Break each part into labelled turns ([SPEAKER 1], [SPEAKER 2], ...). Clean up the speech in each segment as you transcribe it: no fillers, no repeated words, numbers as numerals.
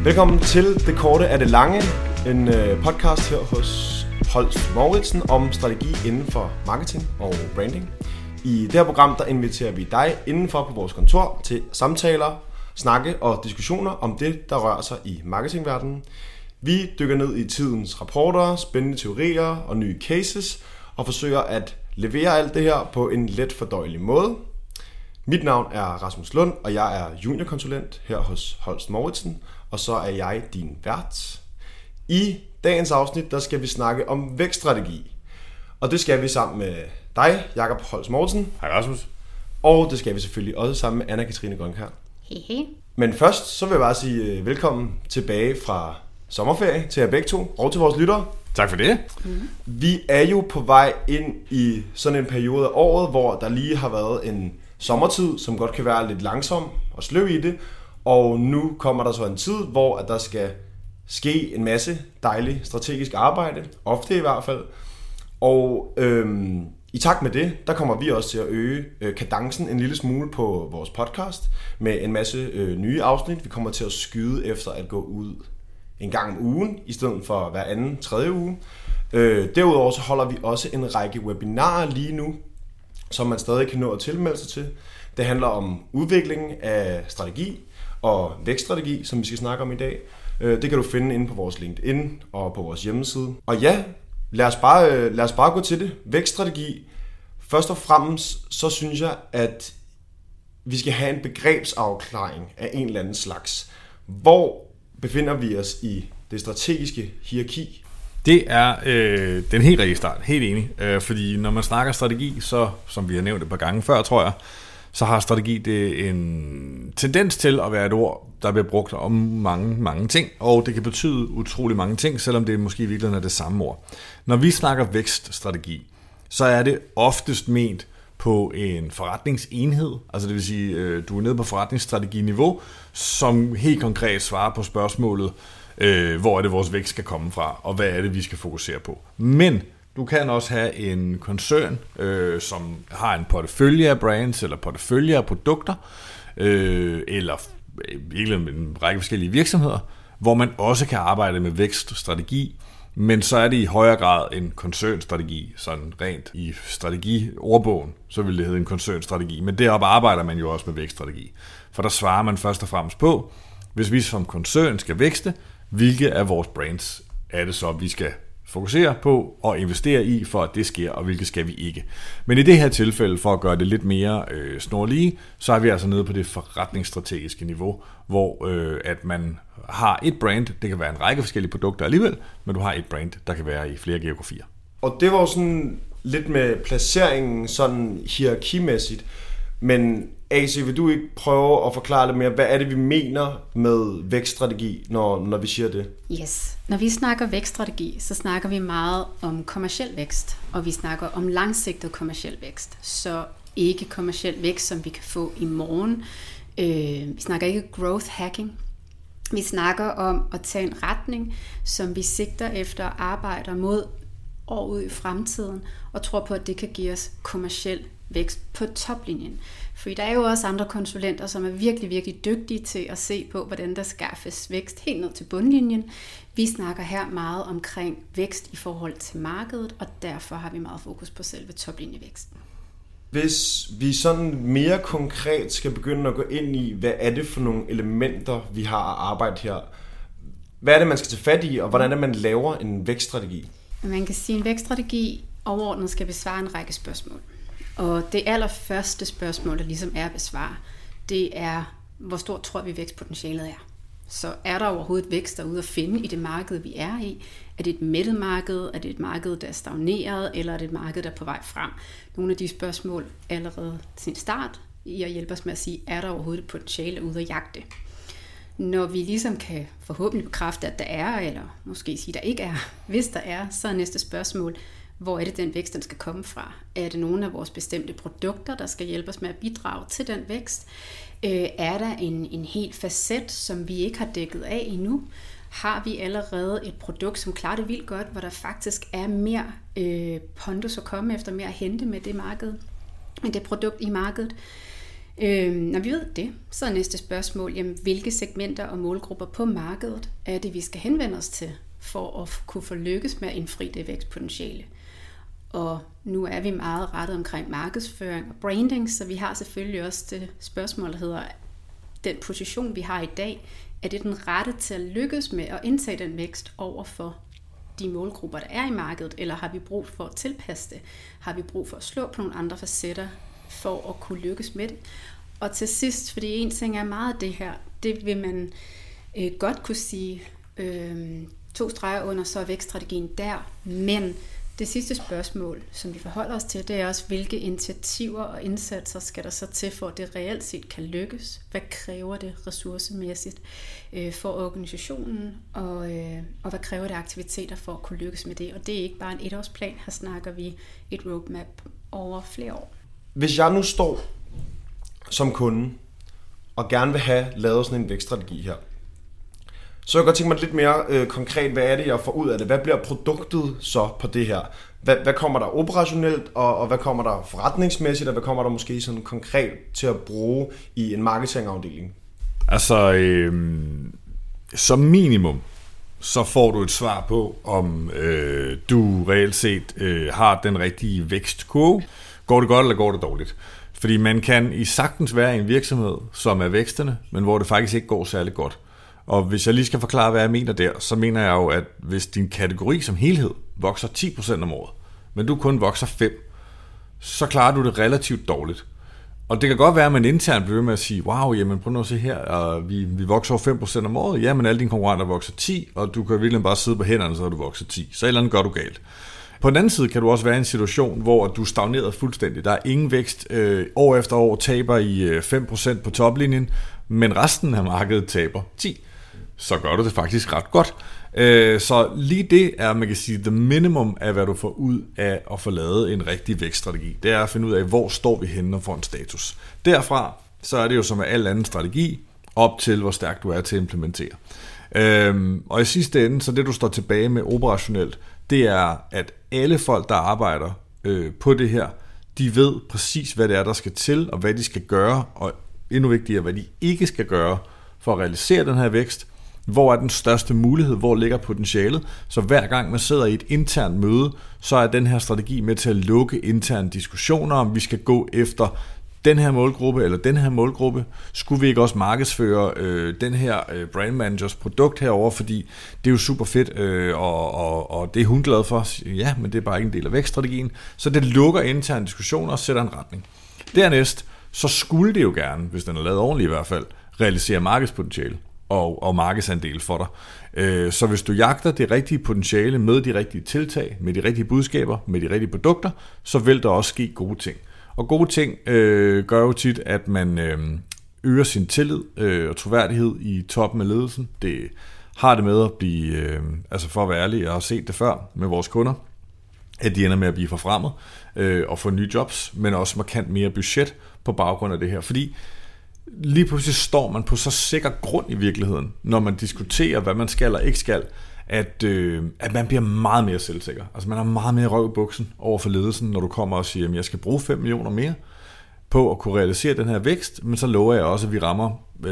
[SPEAKER 1] Velkommen til Det Korte af det Lange, en podcast her hos Holst Mouritsen om strategi inden for marketing og branding. I det her program, der inviterer vi dig indenfor på vores kontor til samtaler, snakke og diskussioner om det, der rører sig i marketingverdenen. Vi dykker ned i tidens rapporter, spændende teorier og nye cases og forsøger at levere alt det her på en let fordøjelig måde. Mit navn er Rasmus Lund, og jeg er juniorkonsulent her hos Holst Mouritsen, og så er jeg din vært. I dagens afsnit, der skal vi snakke om vækststrategi. Og det skal vi sammen med dig, Jakob Holst Mouritsen.
[SPEAKER 2] Hej Rasmus.
[SPEAKER 1] Og det skal vi selvfølgelig også sammen med Anna-Katrine Grønkær.
[SPEAKER 3] Hehe.
[SPEAKER 1] Men først, så vil jeg bare sige velkommen tilbage fra sommerferie til jer begge to, og til vores lyttere.
[SPEAKER 2] Tak for det.
[SPEAKER 1] Vi er jo på vej ind i sådan en periode af året, hvor der lige har været en sommertid, som godt kan være lidt langsom og sløv i det. Og nu kommer der så en tid, hvor der skal ske en masse dejligt strategisk arbejde, ofte i hvert fald. Og i takt med det, der kommer vi også til at øge kadencen en lille smule på vores podcast med en masse nye afsnit. Vi kommer til at skyde efter at gå ud en gang om ugen, i stedet for hver anden, tredje uge. Derudover så holder vi også en række webinarer lige nu, som man stadig kan nå at tilmelde sig til. Det handler om udviklingen af strategi og vækststrategi, som vi skal snakke om i dag. Det kan du finde inde på vores LinkedIn og på vores hjemmeside. Og ja, lad os bare gå til det. Vækststrategi. Først og fremmest, så synes jeg, at vi skal have en begrebsafklaring af en eller anden slags. Hvor befinder vi os i det strategiske hierarki?
[SPEAKER 2] Det er den helt rigtige start, helt enig. Fordi når man snakker strategi, så som vi har nævnt et par gange før, tror jeg, så har strategi det en tendens til at være et ord, der bliver brugt om mange ting, og det kan betyde utrolig mange ting, selvom det måske i virkeligheden er det samme ord. Når vi snakker vækststrategi, så er det oftest ment på en forretningsenhed, altså det vil sige, du er nede på forretningsstrateginiveau, som helt konkret svarer på spørgsmålet, hvor er det vores vækst skal komme fra, og hvad er det vi skal fokusere på. Men du kan også have en koncern, som har en portefølje af brands eller portefølje af produkter, eller en række forskellige virksomheder, hvor man også kan arbejde med vækststrategi, men så er det i højere grad en koncernstrategi, sådan rent i strategiordbogen, så vil det hedde en koncernstrategi, men deroppe arbejder man jo også med vækststrategi. For der svarer man først og fremmest på, hvis vi som koncern skal vækste, hvilke af vores brands er det så, vi skal fokusere på og investere i, for at det sker, og hvilke skal vi ikke. Men i det her tilfælde, for at gøre det lidt mere snorlige, så er vi altså nede på det forretningsstrategiske niveau, hvor at man har et brand, det kan være en række forskellige produkter alligevel, men du har et brand, der kan være i flere geografier.
[SPEAKER 1] Og det var jo sådan lidt med placeringen sådan hierarkimæssigt, men AC, vil du ikke prøve at forklare lidt mere, hvad er det, vi mener med vækststrategi, når vi siger det?
[SPEAKER 3] Yes. Når vi snakker vækststrategi, så snakker vi meget om kommerciel vækst, og vi snakker om langsigtet kommerciel vækst. Så ikke kommerciel vækst, som vi kan få i morgen. Vi snakker ikke growth hacking. Vi snakker om at tage en retning, som vi sigter efter og arbejder mod år ud i fremtiden, og tror på, at det kan give os kommerciel vækst på toplinjen. For der er jo også andre konsulenter, som er virkelig, virkelig dygtige til at se på, hvordan der skaffes vækst helt ned til bundlinjen. Vi snakker her meget omkring vækst i forhold til markedet, og derfor har vi meget fokus på selve toplinjevæksten.
[SPEAKER 1] Hvis vi sådan mere konkret skal begynde at gå ind i, hvad er det for nogle elementer, vi har at arbejde her? Hvad er det, man skal tage fat i, og hvordan er det, man laver en vækststrategi?
[SPEAKER 3] Man kan sige, at en vækststrategi overordnet skal besvare en række spørgsmål. Og det allerførste spørgsmål, der ligesom er at besvare, det er, hvor stort tror vi vækstpotentialet er. Så er der overhovedet vækst derude at finde i det marked, vi er i? Er det et mættet marked? Er det et marked, der er stagneret? Eller er det et marked, der er på vej frem? Nogle af de spørgsmål allerede til start i at hjælpe os med at sige, er der overhovedet et potentiale ude at jagte? Når vi ligesom kan forhåbentlig bekræfte, at der er, eller måske sige, at der ikke er, hvis der er, så er næste spørgsmål, hvor er det den vækst, den skal komme fra? Er det nogle af vores bestemte produkter, der skal hjælpe os med at bidrage til den vækst? Er der en hel facet, som vi ikke har dækket af endnu? Har vi allerede et produkt, som klarer det vildt godt, hvor der faktisk er mere pondus at komme efter, mere at hente med det marked, med det produkt i markedet? Når vi ved det, så er næste spørgsmål, jamen, hvilke segmenter og målgrupper på markedet er det, vi skal henvende os til, for at kunne få lykkes med at indfri det vækstpotentiale. Og nu er vi meget rettet omkring markedsføring og branding, så vi har selvfølgelig også det spørgsmål, der hedder, den position, vi har i dag, er det den rette til at lykkes med at indtage den vækst over for de målgrupper, der er i markedet, eller har vi brug for at tilpasse det? Har vi brug for at slå på nogle andre facetter for at kunne lykkes med det? Og til sidst, fordi en ting er meget det her, det vil man godt kunne sige 2 streger under, så er vækststrategien der, men det sidste spørgsmål, som vi forholder os til, det er også, hvilke initiativer og indsatser skal der så til, for at det reelt set kan lykkes? Hvad kræver det ressourcemæssigt for organisationen, og hvad kræver det aktiviteter for at kunne lykkes med det? Og det er ikke bare en etårsplan, her snakker vi et roadmap over flere år.
[SPEAKER 1] Hvis jeg nu står som kunde og gerne vil have lavet sådan en vækststrategi her, så jeg godt tænke mig lidt mere konkret, hvad er det, jeg får ud af det? Hvad bliver produktet så på det her? Hvad kommer der operationelt, og hvad kommer der forretningsmæssigt, og hvad kommer der måske sådan konkret til at bruge i en marketingafdeling?
[SPEAKER 2] Altså, som minimum, så får du et svar på, om du reelt set har den rigtige vækstkurve. Går det godt, eller går det dårligt? Fordi man kan i sagtens være i en virksomhed, som er vækstende, men hvor det faktisk ikke går særlig godt. Og hvis jeg lige skal forklare, hvad jeg mener der, så mener jeg jo, at hvis din kategori som helhed vokser 10% om året, men du kun vokser 5%, så klarer du det relativt dårligt. Og det kan godt være, at man internt bliver med at sige, wow, jamen prøv nu at se her, og vi vokser over 5% om året, ja, men alle dine konkurrenter vokser 10%, og du kan virkelig bare sidde på hænderne, så har du vokset 10%. Så et eller andet gør du galt. På den anden side kan du også være i en situation, hvor du stagnerer fuldstændig. Der er ingen vækst. År efter år taber I 5% på toplinjen, men resten af markedet taber 10%. Så gør du det faktisk ret godt. Så lige det er, man kan sige, the minimum af, hvad du får ud af at få lavet en rigtig vækststrategi. Det er at finde ud af, hvor står vi henne og får en status. Derfra, så er det jo som med al anden strategi, op til, hvor stærk du er til at implementere. Og i sidste ende, så det du står tilbage med operationelt, det er, at alle folk, der arbejder på det her, de ved præcis, hvad det er, der skal til, og hvad de skal gøre, og endnu vigtigere, hvad de ikke skal gøre for at realisere den her vækst. Hvor er den største mulighed? Hvor ligger potentialet? Så hver gang man sidder i et internt møde, så er den her strategi med til at lukke interne diskussioner, om vi skal gå efter den her målgruppe eller den her målgruppe. Skulle vi ikke også markedsføre den her brand managers produkt herover, fordi det er jo super fedt, og det er hun glad for. Ja, men det er bare ikke en del af vækststrategien. Så det lukker interne diskussioner og sætter en retning. Dernæst, så skulle det jo gerne, hvis den er lavet ordentligt i hvert fald, realisere markedspotentiale og markedsandel for dig. Så hvis du jagter det rigtige potentiale med de rigtige tiltag, med de rigtige budskaber, med de rigtige produkter, så vil der også ske gode ting. Og gode ting gør jo tit, at man øger sin tillid og troværdighed i toppen af ledelsen. Det har det med at blive, altså for at være ærlig, jeg har set det før med vores kunder, at de ender med at blive forfremmet og få nye jobs, men også markant mere budget på baggrund af det her. Fordi lige pludselig står man på så sikker grund i virkeligheden, når man diskuterer, hvad man skal eller ikke skal, at man bliver meget mere selvsikker. Altså man har meget mere røv i buksen over for ledelsen, når du kommer og siger, at jeg skal bruge 5 millioner mere på at kunne realisere den her vækst, men så lover jeg også, at vi rammer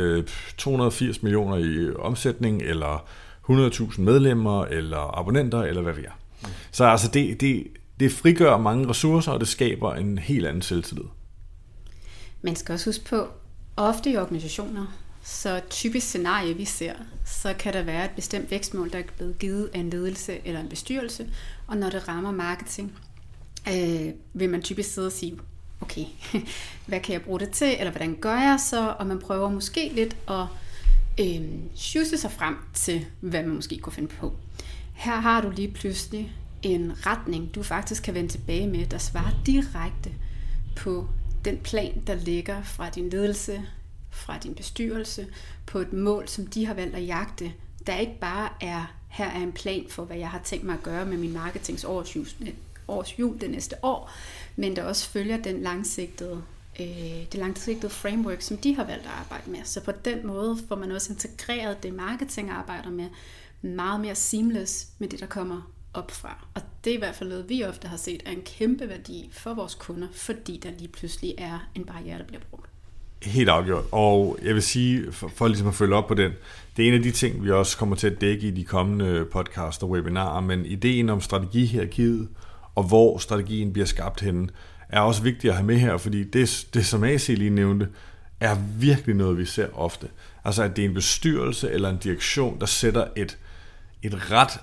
[SPEAKER 2] 280 millioner i omsætning, eller 100.000 medlemmer, eller abonnenter, eller hvad vi er. Så altså det frigør mange ressourcer, og det skaber en helt anden selvtillid.
[SPEAKER 3] Man skal også huske på, ofte i organisationer, så typisk scenarie vi ser, så kan der være et bestemt vækstmål, der er blevet givet af en ledelse eller en bestyrelse, og når det rammer marketing, vil man typisk sidde og sige, okay, hvad kan jeg bruge det til, eller hvordan gør jeg så, og man prøver måske lidt at sjusse sig frem til, hvad man måske kunne finde på. Her har du lige pludselig en retning, du faktisk kan vende tilbage med, der svarer direkte på den plan, der ligger fra din ledelse, fra din bestyrelse, på et mål, som de har valgt at jagte, der ikke bare er, her er en plan for, hvad jeg har tænkt mig at gøre med min marketings årsjul det næste år, men der også følger det langsigtede framework, som de har valgt at arbejde med. Så på den måde får man også integreret det marketing arbejder med meget mere seamless med det, der kommer opfra. Og det er i hvert fald noget, vi ofte har set er en kæmpe værdi for vores kunder, fordi der lige pludselig er en barriere, der bliver brugt.
[SPEAKER 2] Helt afgjort. Og jeg vil sige, for ligesom at følge op på den, det er en af de ting, vi også kommer til at dække i de kommende podcasts og webinarer, men ideen om strategihierarkiet, og hvor strategien bliver skabt henne, er også vigtigt at have med her, fordi det som AC lige nævnte, er virkelig noget, vi ser ofte. Altså, at det er en bestyrelse eller en direktion, der sætter et ret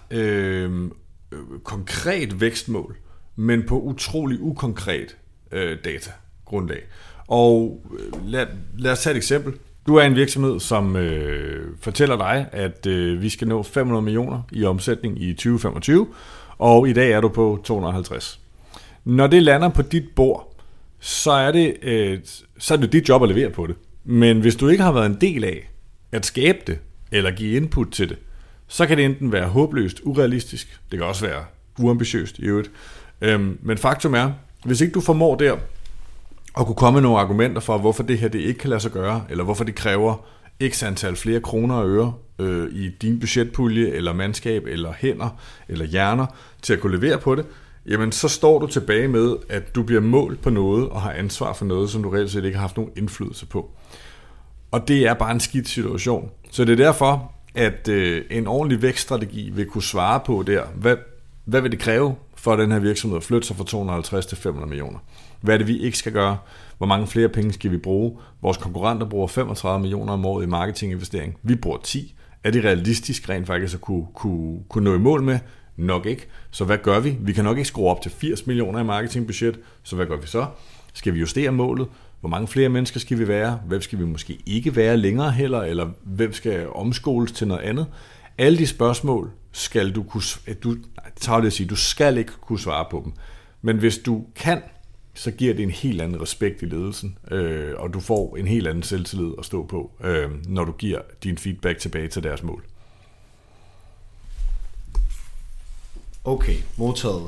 [SPEAKER 2] konkret vækstmål, men på utrolig ukonkret datagrundlag. Og lad os tage et eksempel. Du er en virksomhed, som fortæller dig, at vi skal nå 500 millioner i omsætning i 2025, og i dag er du på 250. Når det lander på dit bord, så er det dit job at levere på det. Men hvis du ikke har været en del af at skabe det, eller give input til det, så kan det enten være håbløst urealistisk, det kan også være uambitiøst i øvrigt. Men faktum er, hvis ikke du formår der at kunne komme med nogle argumenter for, hvorfor det her det ikke kan lade sig gøre, eller hvorfor det kræver x antal flere kroner og øre i din budgetpulje, eller mandskab, eller hænder, eller hjerner, til at kunne levere på det, jamen så står du tilbage med, at du bliver målt på noget, og har ansvar for noget, som du reelt set ikke har haft nogen indflydelse på. Og det er bare en skidt situation. Så det er derfor, at en ordentlig vækststrategi vil kunne svare på der, hvad vil det kræve for den her virksomhed at flytte sig fra 250 til 500 millioner? Hvad er det, vi ikke skal gøre? Hvor mange flere penge skal vi bruge? Vores konkurrenter bruger 35 millioner om året i marketinginvestering. Vi bruger 10. Er det realistisk rent faktisk at kunne nå i mål med? Nok ikke. Så hvad gør vi? Vi kan nok ikke skrue op til 80 millioner i marketingbudget. Så hvad gør vi så? Skal vi justere målet? Hvor mange flere mennesker skal vi være? Hvem skal vi måske ikke være længere heller? Eller hvem skal omskoles til noget andet? Alle de spørgsmål skal du kunne... Du skal ikke kunne svare på dem. Men hvis du kan, så giver det en helt anden respekt i ledelsen, og du får en helt anden selvtillid at stå på, når du giver din feedback tilbage til deres mål.
[SPEAKER 1] Okay, modtaget.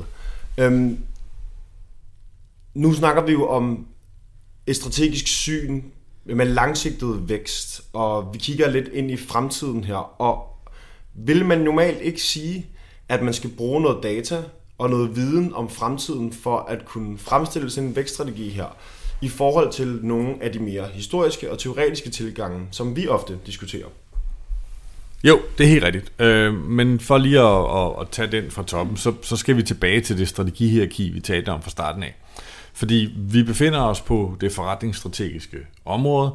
[SPEAKER 1] Nu snakker vi jo om et strategisk syn med langsigtet vækst, og vi kigger lidt ind i fremtiden her, og vil man normalt ikke sige, at man skal bruge noget data og noget viden om fremtiden for at kunne fremstille sådan en vækststrategi her, i forhold til nogle af de mere historiske og teoretiske tilgange, som vi ofte diskuterer?
[SPEAKER 2] Jo, det er helt rigtigt. Men for lige at tage den fra toppen, så skal vi tilbage til det strategihierarki, vi talte om fra starten af. Fordi vi befinder os på det forretningsstrategiske område,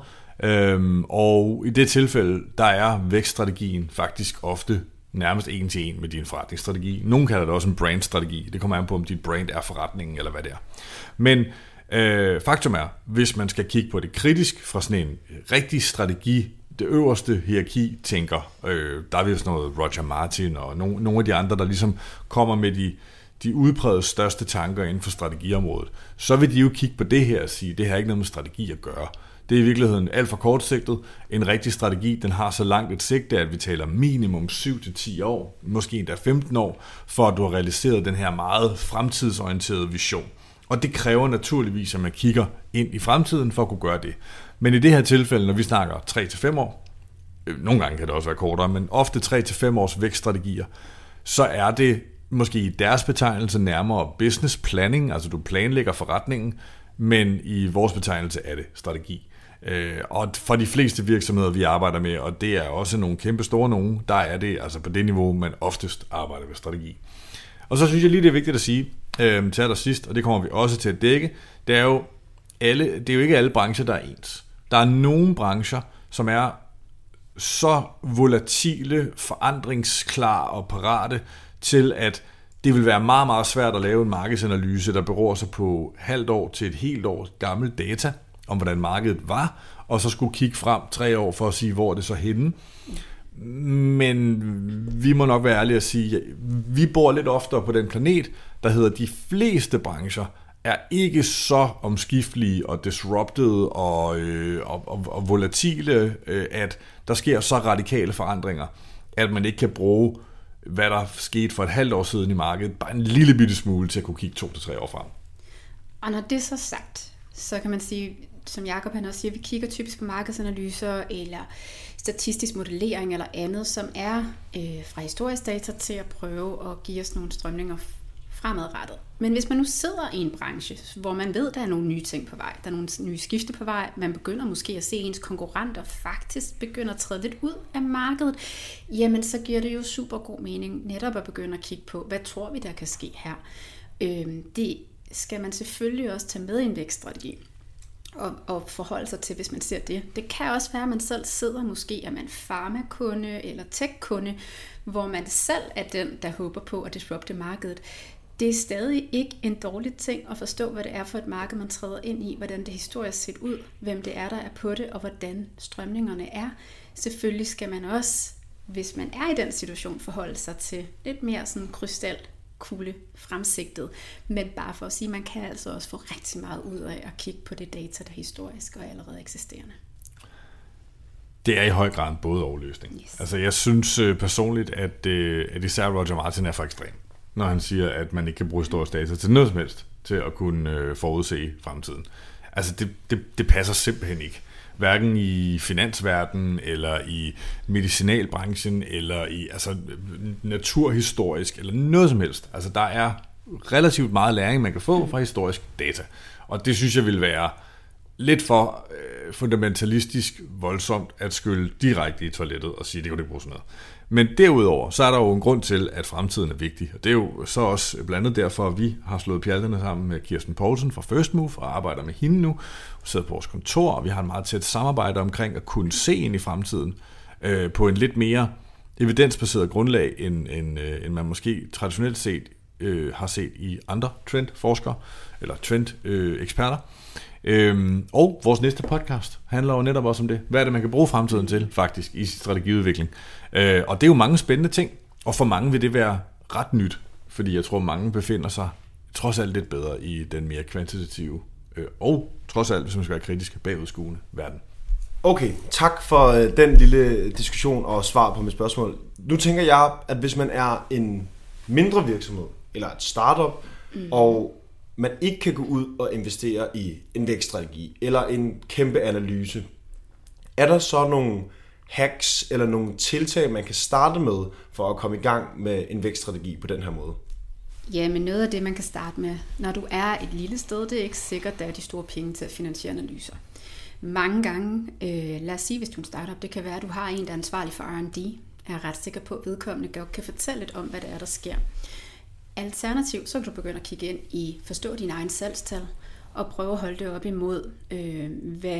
[SPEAKER 2] og i det tilfælde, der er vækststrategien faktisk ofte nærmest en til en med din forretningsstrategi. Nogle kalder det også en brandstrategi. Det kommer an på, om dit brand er forretningen eller hvad det er. Men faktum er, hvis man skal kigge på det kritisk fra sådan en rigtig strategi, det øverste hierarki tænker, der er vi sådan noget Roger Martin og nogle af de andre, der ligesom kommer med de udpræget største tanker inden for strategiområdet, så vil de jo kigge på det her og sige, det har ikke noget med strategi at gøre. Det er i virkeligheden alt for kortsigtet. En rigtig strategi, den har så langt et sigte, at vi taler minimum 7-10 år, måske endda 15 år, for at du har realiseret den her meget fremtidsorienterede vision. Og det kræver naturligvis, at man kigger ind i fremtiden for at kunne gøre det. Men i det her tilfælde, når vi snakker 3-5 år, nogle gange kan det også være kortere, men ofte 3-5 års vækststrategier, så er det måske i deres betegnelse nærmere business planning, altså du planlægger forretningen, men i vores betegnelse er det strategi. Og for de fleste virksomheder, vi arbejder med, og det er også nogle kæmpe store nogen, der er det altså på det niveau, man oftest arbejder med strategi. Og så synes jeg lige, det er vigtigt at sige til allersidst, og det kommer vi også til at dække, det er jo ikke alle brancher, der er ens. Der er nogle brancher, som er så volatile, forandringsklar og parate til, at det vil være meget, meget svært at lave en markedsanalyse, der beror sig på halvt år til et helt år gammel data om, hvordan markedet var, og så skulle kigge frem 3 år for at sige, hvor er det så henne. Men vi må nok være ærlige at sige, at vi bor lidt oftere på den planet, der hedder de fleste brancher, er ikke så omskiftelige og disrupted og volatile, at der sker så radikale forandringer, at man ikke kan bruge, hvad der skete for et halvt år siden i markedet, bare en lille bitte smule til at kunne kigge 2-3 år frem.
[SPEAKER 3] Og når det er så sagt, så kan man sige, som Jakob han også siger, vi kigger typisk på markedsanalyser eller statistisk modellering eller andet, som er fra historisk data til at prøve at give os nogle strømninger fremadrettet. Men hvis man nu sidder i en branche, hvor man ved, der er nogle nye ting på vej, der er nogle nye skifte på vej, man begynder måske at se ens konkurrenter faktisk begynder at træde lidt ud af markedet, jamen så giver det jo super god mening netop at begynde at kigge på, hvad tror vi, der kan ske her. Det skal man selvfølgelig også tage med i en vækststrategi og forholde sig til, hvis man ser det. Det kan også være, at man selv sidder måske, er man farmakunde eller tech-kunde, hvor man selv er den, der håber på at disrupte markedet. Det er stadig ikke en dårlig ting at forstå, hvad det er for et marked, man træder ind i, hvordan det historisk set ud, hvem det er, der er på det, og hvordan strømningerne er. Selvfølgelig skal man også, hvis man er i den situation, forholde sig til lidt mere sådan krystalkugle fremsigtet. Men bare for at sige, man kan altså også få rigtig meget ud af at kigge på det data, der er historisk og allerede eksisterende.
[SPEAKER 2] Det er i høj grad en både overløsning. Yes. Altså jeg synes personligt, at især Roger Martin er for ekstrem, når han siger, at man ikke kan bruge historisk data til noget som helst, til at kunne forudse fremtiden. Altså det passer simpelthen ikke. Hverken i finansverdenen, eller i medicinalbranchen, eller i naturhistorisk, eller noget som helst. Altså der er relativt meget læring, man kan få fra historisk data. Og det synes jeg vil være lidt for fundamentalistisk voldsomt at skylle direkte i toilettet og sige, det kan du ikke bruge sådan noget. Men derudover, så er der jo en grund til, at fremtiden er vigtig. Og det er jo så også blandt andet derfor, at vi har slået pjalterne sammen med Kirsten Poulsen fra First Move og arbejder med hende nu. Vi sidder på vores kontor, og vi har en meget tæt samarbejde omkring at kunne se ind i fremtiden på en lidt mere evidensbaseret grundlag, end man måske traditionelt set har set i andre trendforskere eller trendeksperter. Og vores næste podcast handler jo netop også om det. Hvad er det, man kan bruge fremtiden til, faktisk, i strategiudvikling? Og det er jo mange spændende ting, og for mange vil det være ret nyt, fordi jeg tror, mange befinder sig trods alt lidt bedre i den mere kvantitative, og trods alt, hvis man skal være kritisk, bagudskuende verden.
[SPEAKER 1] Okay, tak for den lille diskussion og svar på mit spørgsmål. Nu tænker jeg, at hvis man er en mindre virksomhed, eller et startup, og man ikke kan gå ud og investere i en vækststrategi eller en kæmpe analyse, er der så nogle hacks eller nogle tiltag, man kan starte med for at komme i gang med en vækststrategi på den her måde?
[SPEAKER 3] Ja, men noget af det, man kan starte med, når du er et lille sted, det er ikke sikkert, at der er de store penge til at finansiere analyser. Mange gange, lad os sige, hvis du er en startup, det kan være, at du har en, der er ansvarlig for R&D. Jeg er ret sikker på, at vedkommende godt kan fortælle lidt om, hvad det er, der sker. Alternativt, så kan du begynde at kigge ind i, forstå dine egne salgstal, og prøve at holde det op imod, hvad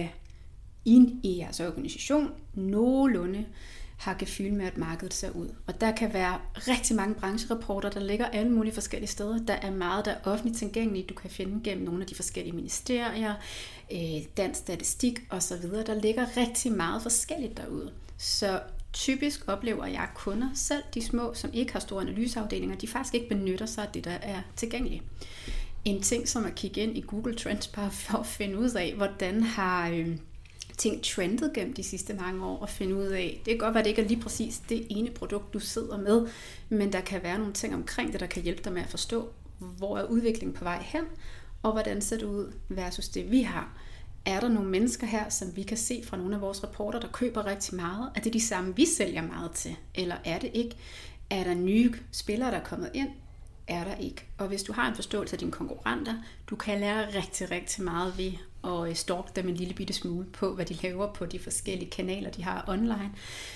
[SPEAKER 3] i jeres organisation nogenlunde har gefyld med, at markedet ser ud. Og der kan være rigtig mange brancherapporter, der ligger alle mulige forskellige steder. Der er meget, der er offentligt tilgængeligt. Du kan finde gennem nogle af de forskellige ministerier, dansk statistik osv. Der ligger rigtig meget forskelligt derude. Så typisk oplever jeg kunder, selv de små, som ikke har store analyseafdelinger, de faktisk ikke benytter sig af det, der er tilgængeligt. En ting som at kigge ind i Google Trends, bare for at finde ud af, hvordan har ting trendet gennem de sidste mange år, og finde ud af, det kan godt være, det ikke er lige præcis det ene produkt, du sidder med, men der kan være nogle ting omkring det, der kan hjælpe dig med at forstå, hvor er udviklingen på vej hen, og hvordan ser det ud versus det, vi har. Er der nogle mennesker her, som vi kan se fra nogle af vores rapporter, der køber rigtig meget? Er det de samme, vi sælger meget til? Eller er det ikke? Er der nye spillere, der er kommet ind? Er der ikke? Og hvis du har en forståelse af dine konkurrenter, du kan lære rigtig, rigtig meget ved at stalke dem en lille bitte smule på, hvad de laver på de forskellige kanaler, de har online,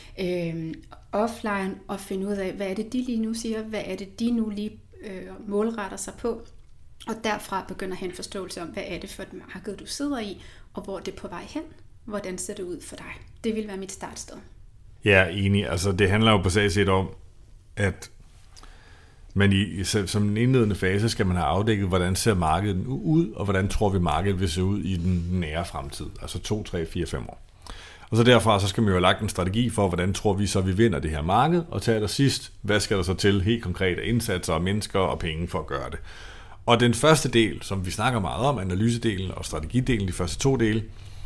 [SPEAKER 3] offline, og finde ud af, hvad er det, de lige nu siger? Hvad er det, de nu lige målretter sig på? Og derfra begynder at have en forståelse om, hvad er det for et marked, du sidder i, og hvor det er på vej hen. Hvordan ser det ud for dig? Det vil være mit startsted.
[SPEAKER 2] Ja, enig. Altså, det handler jo på sags set om, at man som en indledende fase skal man have afdækket, hvordan ser markedet ud, og hvordan tror vi, markedet vil se ud i den nære fremtid. Altså 2, 3, 4, 5 år. Og så derfra så skal man jo have lagt en strategi for, hvordan tror vi så, vi vinder det her marked, og til allersidst, hvad skal der så til helt konkret af indsatser og mennesker og penge for at gøre det. Og den første del, som vi snakker meget om, analysedelen og strategidelen, de første 2 dele,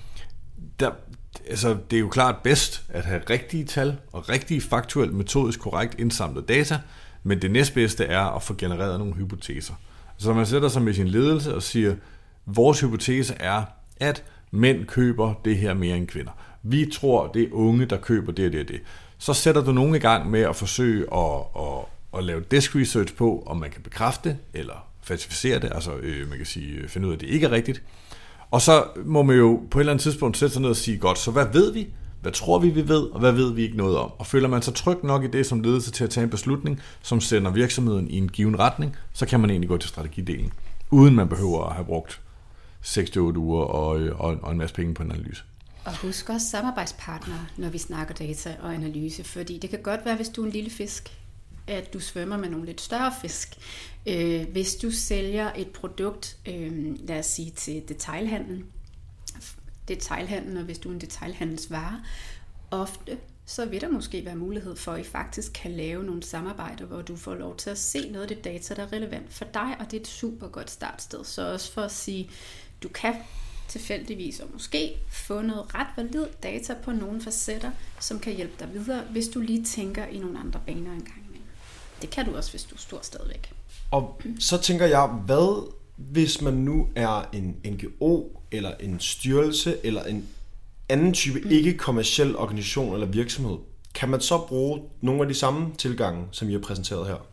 [SPEAKER 2] det er jo klart bedst at have rigtige tal og rigtige faktuelt metodisk korrekt indsamlet data, men det næstbedste er at få genereret nogle hypoteser. Så man sætter sig med sin ledelse og siger, vores hypotese er, at mænd køber det her mere end kvinder. Vi tror, det er unge, der køber det og det og det. Så sætter du nogen i gang med at forsøge at lave desk research på, om man kan bekræfte eller falsificere det, altså man kan sige, finde ud af, at det ikke er rigtigt. Og så må man jo på et eller andet tidspunkt sætte sig ned og sige, godt, så hvad ved vi? Hvad tror vi ved, og hvad ved vi ikke noget om? Og føler man sig tryg nok i det som ledelse til at tage en beslutning, som sender virksomheden i en given retning, så kan man egentlig gå til strategidelen, uden man behøver at have brugt 6-8 uger og en masse penge på en analyse.
[SPEAKER 3] Og husk også samarbejdspartnere, når vi snakker data og analyse, fordi det kan godt være, hvis du er en lille fisk, at du svømmer med nogle lidt større fisk. Hvis du sælger et produkt, lad os sige til detailhandlen, og hvis du er en detailhandelsvare, ofte så vil der måske være mulighed for, at I faktisk kan lave nogle samarbejder, hvor du får lov til at se noget af det data, der er relevant for dig, og det er et super godt startsted. Så også for at sige, du kan tilfældigvis og måske få noget ret valid data på nogle facetter, som kan hjælpe dig videre, hvis du lige tænker i nogle andre baner engang. Det kan du også, hvis du er stor stadigvæk.
[SPEAKER 1] Og så tænker jeg, hvad hvis man nu er en NGO, eller en styrelse, eller en anden type ikke-kommerciel organisation eller virksomhed? Kan man så bruge nogle af de samme tilgange, som I har præsenteret her?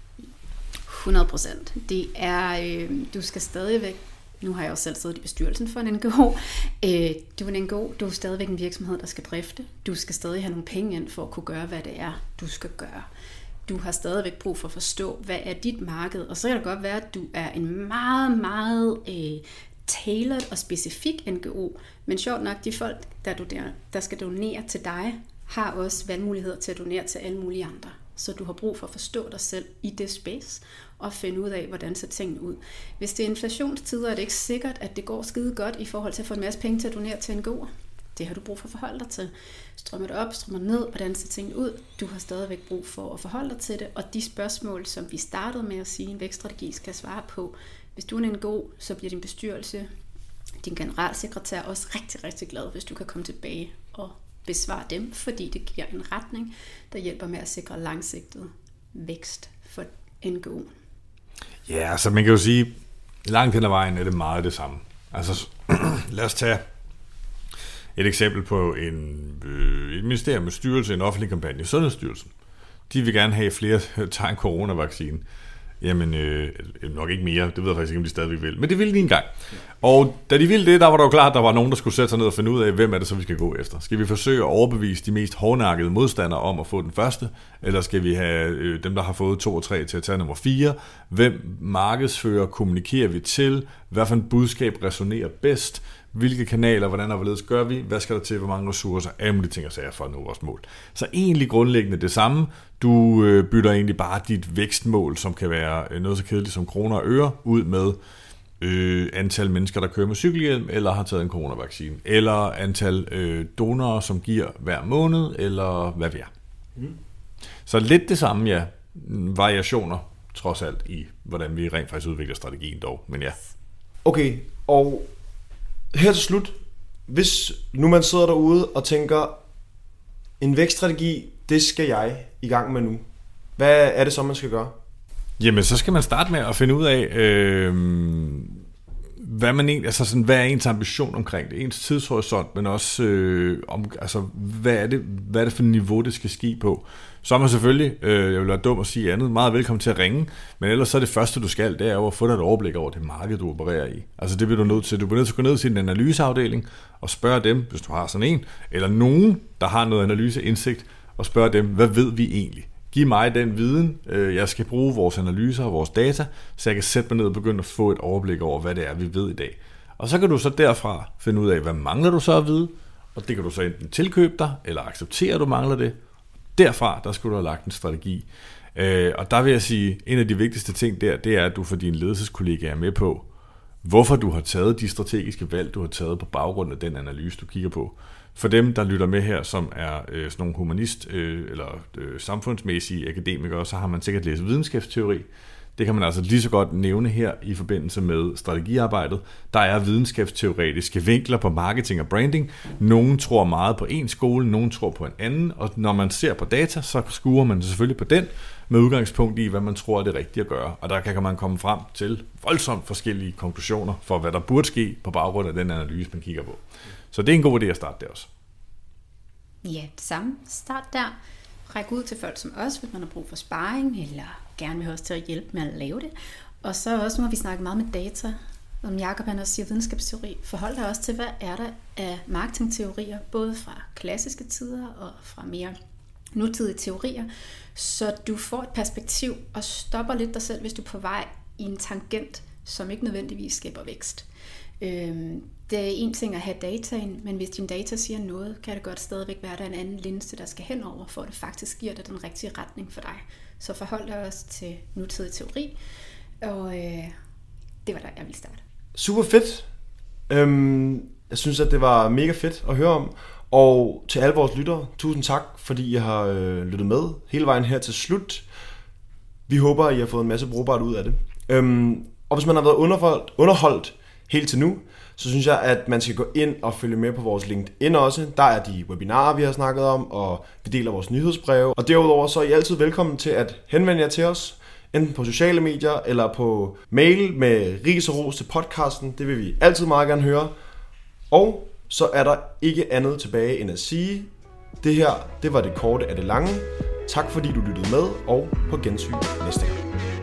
[SPEAKER 3] 100%. Det er, du skal stadigvæk, nu har jeg også selv siddet i bestyrelsen for en NGO, du er en NGO, du er stadigvæk en virksomhed, der skal drifte. Du skal stadig have nogle penge ind for at kunne gøre, hvad det er, du skal gøre. Du har stadigvæk brug for at forstå, hvad er dit marked, og så kan det godt være, at du er en meget, meget tailored og specifik NGO, men sjovt nok, de folk, der skal donere til dig, har også valgmuligheder til at donere til alle mulige andre. Så du har brug for at forstå dig selv i det space, og finde ud af, hvordan ser tingene ud. Hvis det er inflationstider, er det ikke sikkert, at det går skide godt i forhold til at få en masse penge til at donere til NGO'er. Det har du brug for at forholde dig til. Strømmer det op, strømmer ned, hvordan ser tingene ud? Du har stadigvæk brug for at forholde dig til det, og de spørgsmål, som vi startede med at sige, en vækststrategi skal svare på. Hvis du er en NGO, så bliver din bestyrelse, din generalsekretær også rigtig, rigtig glad, hvis du kan komme tilbage og besvare dem, fordi det giver en retning, der hjælper med at sikre langsigtet vækst for NGO.
[SPEAKER 2] Ja, så man kan jo sige, langt hen ad vejen er det meget det samme. Altså, lad os tage et eksempel på et ministerium med styrelse, en offentlig kampagne, Sundhedsstyrelsen. De vil gerne have flere tager en coronavaccine. Jamen, nok ikke mere. Det ved jeg faktisk ikke, om de stadigvæk vil. Men det ville de engang. Og da de ville det, der var der jo klart, at der var nogen, der skulle sætte sig ned og finde ud af, hvem er det så, vi skal gå efter. Skal vi forsøge at overbevise de mest hårdnakkede modstandere om at få den første? Eller skal vi have dem, der har fået 2 og 3 til at tage nummer 4? Hvem markedsfører kommunikerer vi til? Hvad for et budskab resonerer bedst? Hvilke kanaler, hvordan og hvorledes gør vi? Hvad skal der til? Hvor mange ressourcer? Alle mulige ting og sager for at nå vores mål. Så egentlig grundlæggende det samme. Du bytter egentlig bare dit vækstmål, som kan være noget så kedeligt som kroner og øre, ud med antal mennesker, der kører med cykelhjelm, eller har taget en coronavaccine, eller antal donorer, som giver hver måned, eller hvad vi er. Så lidt det samme, ja. Variationer, trods alt, i hvordan vi rent faktisk udvikler strategien dog, men ja.
[SPEAKER 1] Okay, og her til slut, hvis nu man sidder derude og tænker, en vækststrategi, det skal jeg i gang med nu. Hvad er det så, man skal gøre?
[SPEAKER 2] Jamen, så skal man starte med at finde ud af, hvad man egentlig, altså sådan, hvad er ens ambition omkring det, ens tidshorisont, men også hvad er det for et niveau, det skal ske på. Så er man selvfølgelig, jeg vil være dum at sige andet, meget velkommen til at ringe, men ellers så er det første, du skal, det er jo at få dig et overblik over det marked, du opererer i. Altså det bliver du nødt til. Du bliver nødt til at gå ned til din analyseafdeling og spørge dem, hvis du har sådan en, eller nogen, der har noget analyseindsigt, og spørge dem, hvad ved vi egentlig? Giv mig den viden, jeg skal bruge vores analyser og vores data, så jeg kan sætte mig ned og begynde at få et overblik over, hvad det er, vi ved i dag. Og så kan du så derfra finde ud af, hvad mangler du så at vide, og det kan du så enten tilkøbe dig, eller acceptere, at du mangler det. Derfra, der skulle du have lagt en strategi. Og der vil jeg sige, en af de vigtigste ting der, det er, at du får dine ledelseskollegaer med på, hvorfor du har taget de strategiske valg, du har taget på baggrund af den analyse, du kigger på. For dem, der lytter med her, som er sådan nogle humanist- eller samfundsmæssige akademikere, så har man sikkert læst videnskabsteori. Det kan man altså lige så godt nævne her i forbindelse med strategiarbejdet. Der er videnskabsteoretiske vinkler på marketing og branding. Nogen tror meget på en skole, nogen tror på en anden, og når man ser på data, så skuer man selvfølgelig på den med udgangspunkt i, hvad man tror er det rigtige at gøre. Og der kan man komme frem til voldsomt forskellige konklusioner for, hvad der burde ske på baggrund af den analyse, man kigger på. Så det er en god idé at starte der også.
[SPEAKER 3] Ja, det samme. Start der. række ud til folk som os, hvis man har brug for sparring, eller gerne vil have os til at hjælpe med at lave det. Og så også, nu har vi snakket meget med data, som Jacob han også siger, videnskabsteori. Forhold dig også til, hvad er der af marketingteorier, både fra klassiske tider og fra mere nutidige teorier, så du får et perspektiv og stopper lidt dig selv, hvis du er på vej i en tangent, som ikke nødvendigvis skaber vækst. Det er en ting at have dataen, men hvis din data siger noget, kan det godt stadigvæk være, der er en anden linse, der skal henover, for at det faktisk giver dig den rigtige retning for dig. Så forhold dig også til nutidig teori, og det var der, jeg ville starte.
[SPEAKER 1] Super fedt. Jeg synes, at det var mega fedt at høre om. Og til alle vores lyttere, tusind tak, fordi I har lyttet med hele vejen her til slut. Vi håber, at I har fået en masse brugbart ud af det. Og hvis man har været underholdt helt til nu, så synes jeg, at man skal gå ind og følge med på vores LinkedIn også. Der er de webinarer, vi har snakket om, og vi deler vores nyhedsbreve. Og derudover så er I altid velkommen til at henvende jer til os, enten på sociale medier eller på mail med ris og ros til podcasten. Det vil vi altid meget gerne høre. Og så er der ikke andet tilbage end at sige, det her, det var det korte af det lange. Tak fordi du lyttede med, og på gensyn næste gang.